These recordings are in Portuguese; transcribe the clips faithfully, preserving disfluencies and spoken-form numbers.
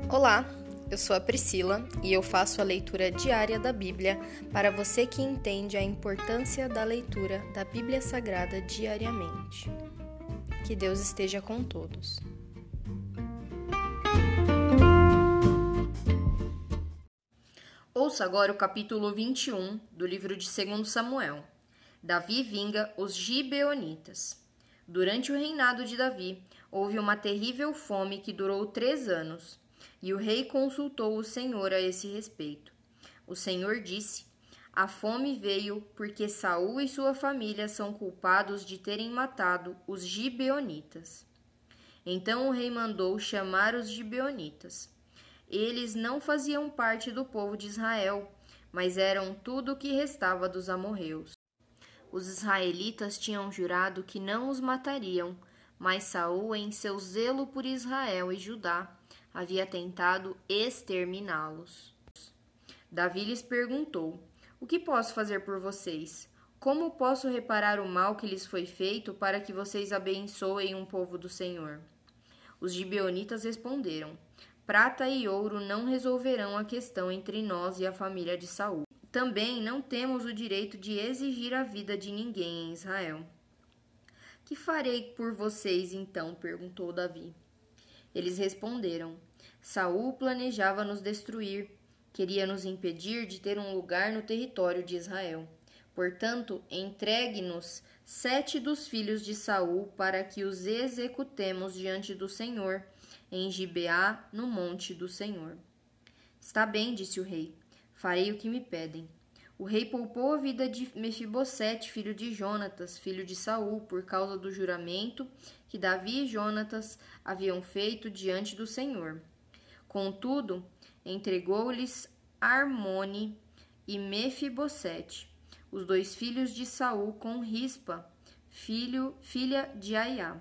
Olá, eu sou a Priscila e eu faço a leitura diária da Bíblia para você que entende a importância da leitura da Bíblia Sagrada diariamente. Que Deus esteja com todos. Ouça agora o capítulo vinte e um do livro de segundo Samuel. Davi vinga os gibeonitas. Durante o reinado de Davi, houve uma terrível fome que durou três anos, e o rei consultou o Senhor a esse respeito. O Senhor disse: a fome veio porque Saul e sua família são culpados de terem matado os gibeonitas. Então o rei mandou chamar os gibeonitas. Eles não faziam parte do povo de Israel, mas eram tudo o que restava dos amorreus. Os israelitas tinham jurado que não os matariam, mas Saul, em seu zelo por Israel e Judá, havia tentado exterminá-los. Davi lhes perguntou: o que posso fazer por vocês? Como posso reparar o mal que lhes foi feito para que vocês abençoem um povo do Senhor? Os gibeonitas responderam: prata e ouro não resolverão a questão entre nós e a família de Saul. Também não temos o direito de exigir a vida de ninguém em Israel. Que farei por vocês, então? Perguntou Davi. Eles responderam: Saul planejava nos destruir, queria nos impedir de ter um lugar no território de Israel. Portanto, entregue-nos sete dos filhos de Saul para que os executemos diante do Senhor, em Gibeá, no monte do Senhor. Está bem, disse o rei, farei o que me pedem. O rei poupou a vida de Mefibosete, filho de Jonatas, filho de Saul, por causa do juramento que Davi e Jonatas haviam feito diante do Senhor. Contudo, entregou-lhes Armone e Mefibosete, os dois filhos de Saul, com Rispa, filho, filha de Aiá.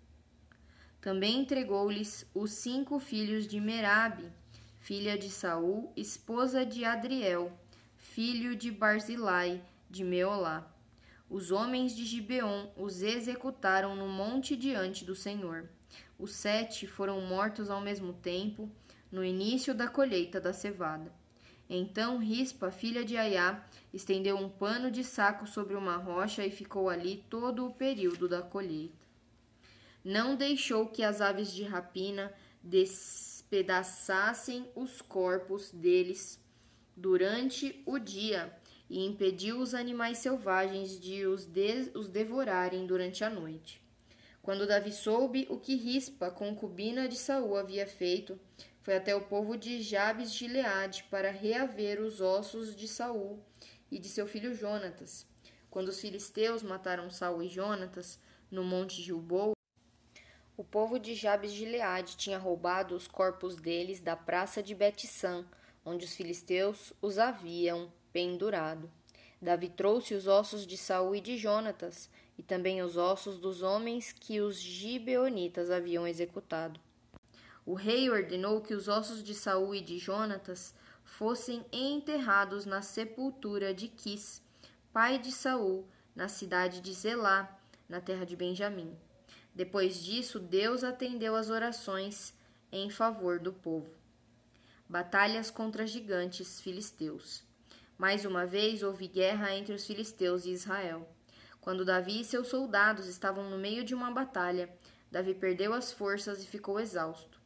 Também entregou-lhes os cinco filhos de Merabe, filha de Saul, esposa de Adriel, filho de Barzilai, de Meolá. Os homens de Gibeon os executaram no monte diante do Senhor. Os sete foram mortos ao mesmo tempo, no início da colheita da cevada. Então Rispa, filha de Aiá, estendeu um pano de saco sobre uma rocha e ficou ali todo o período da colheita. Não deixou que as aves de rapina despedaçassem os corpos deles durante o dia e impediu os animais selvagens de os, de os devorarem durante a noite. Quando Davi soube o que Rispa, concubina de Saul, havia feito, foi até o povo de Jabes de Gileade para reaver os ossos de Saul e de seu filho Jonatas. Quando os filisteus mataram Saul e Jonatas no monte Gilboa, o povo de Jabes de Gileade tinha roubado os corpos deles da praça de Bet-San, onde os filisteus os haviam pendurado. Davi trouxe os ossos de Saul e de Jonatas, e também os ossos dos homens que os gibeonitas haviam executado. O rei ordenou que os ossos de Saul e de Jonatas fossem enterrados na sepultura de Quis, pai de Saul, na cidade de Zelá, na terra de Benjamim. Depois disso, Deus atendeu às orações em favor do povo. Batalhas contra gigantes filisteus. Mais uma vez houve guerra entre os filisteus e Israel. Quando Davi e seus soldados estavam no meio de uma batalha, Davi perdeu as forças e ficou exausto.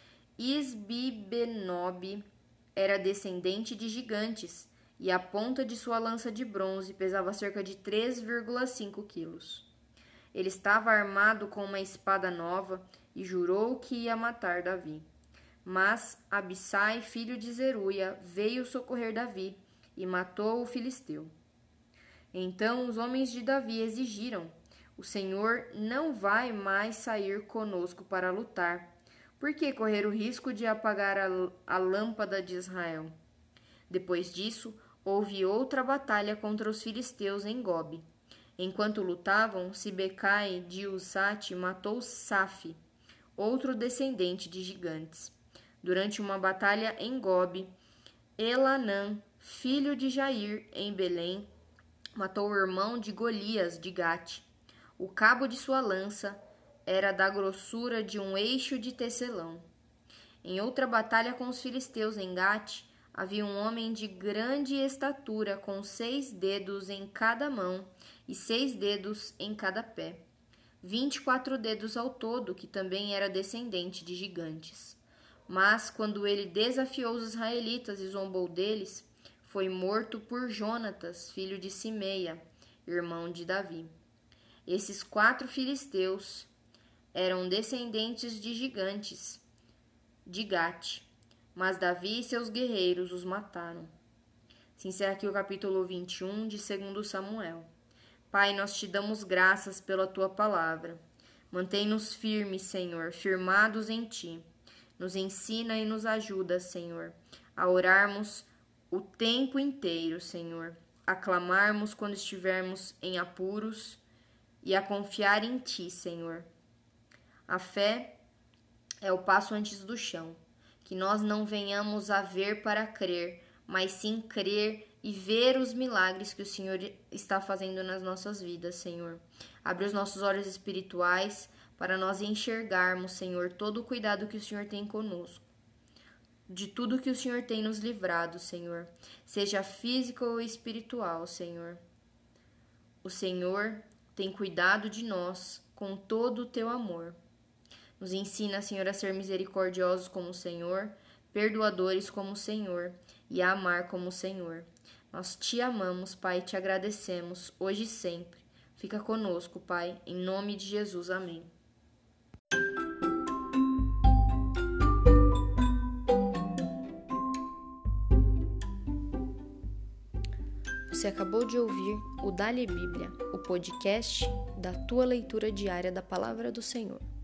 Isbi-Benob era descendente de gigantes, e a ponta de sua lança de bronze pesava cerca de três vírgula cinco quilos. Ele estava armado com uma espada nova e jurou que ia matar Davi. Mas Abissai, filho de Zeruia, veio socorrer Davi e matou o filisteu. Então os homens de Davi exigiram: o Senhor não vai mais sair conosco para lutar. Por que correr o risco de apagar a, a lâmpada de Israel? Depois disso, houve outra batalha contra os filisteus em Gobe. Enquanto lutavam, Sibecai de Usate matou Safi, outro descendente de gigantes. Durante uma batalha em Gobe, Elanã, filho de Jair, em Belém, matou o irmão de Golias de Gate. O cabo de sua lança era da grossura de um eixo de tecelão. Em outra batalha com os filisteus em Gate, havia um homem de grande estatura, com seis dedos em cada mão e seis dedos em cada pé. Vinte e quatro dedos ao todo, que também era descendente de gigantes. Mas, quando ele desafiou os israelitas e zombou deles, foi morto por Jonatas, filho de Simeia, irmão de Davi. Esses quatro filisteus eram descendentes de gigantes de Gate, mas Davi e seus guerreiros os mataram. Se encerra aqui o capítulo vinte e um de segundo Samuel. Pai, nós te damos graças pela tua palavra. Mantém-nos firmes, Senhor, firmados em ti. Nos ensina e nos ajuda, Senhor, a orarmos o tempo inteiro, Senhor, a clamarmos quando estivermos em apuros e a confiar em ti, Senhor. A fé é o passo antes do chão, que nós não venhamos a ver para crer, mas sim crer e ver os milagres que o Senhor está fazendo nas nossas vidas, Senhor. Abre os nossos olhos espirituais para nós enxergarmos, Senhor, todo o cuidado que o Senhor tem conosco, de tudo que o Senhor tem nos livrado, Senhor, seja físico ou espiritual, Senhor. O Senhor tem cuidado de nós com todo o teu amor. Nos ensina, Senhor, a ser misericordiosos como o Senhor, perdoadores como o Senhor e a amar como o Senhor. Nós te amamos, Pai, e te agradecemos, hoje e sempre. Fica conosco, Pai, em nome de Jesus. Amém. Você acabou de ouvir o Dali Bíblia, o podcast da tua leitura diária da Palavra do Senhor.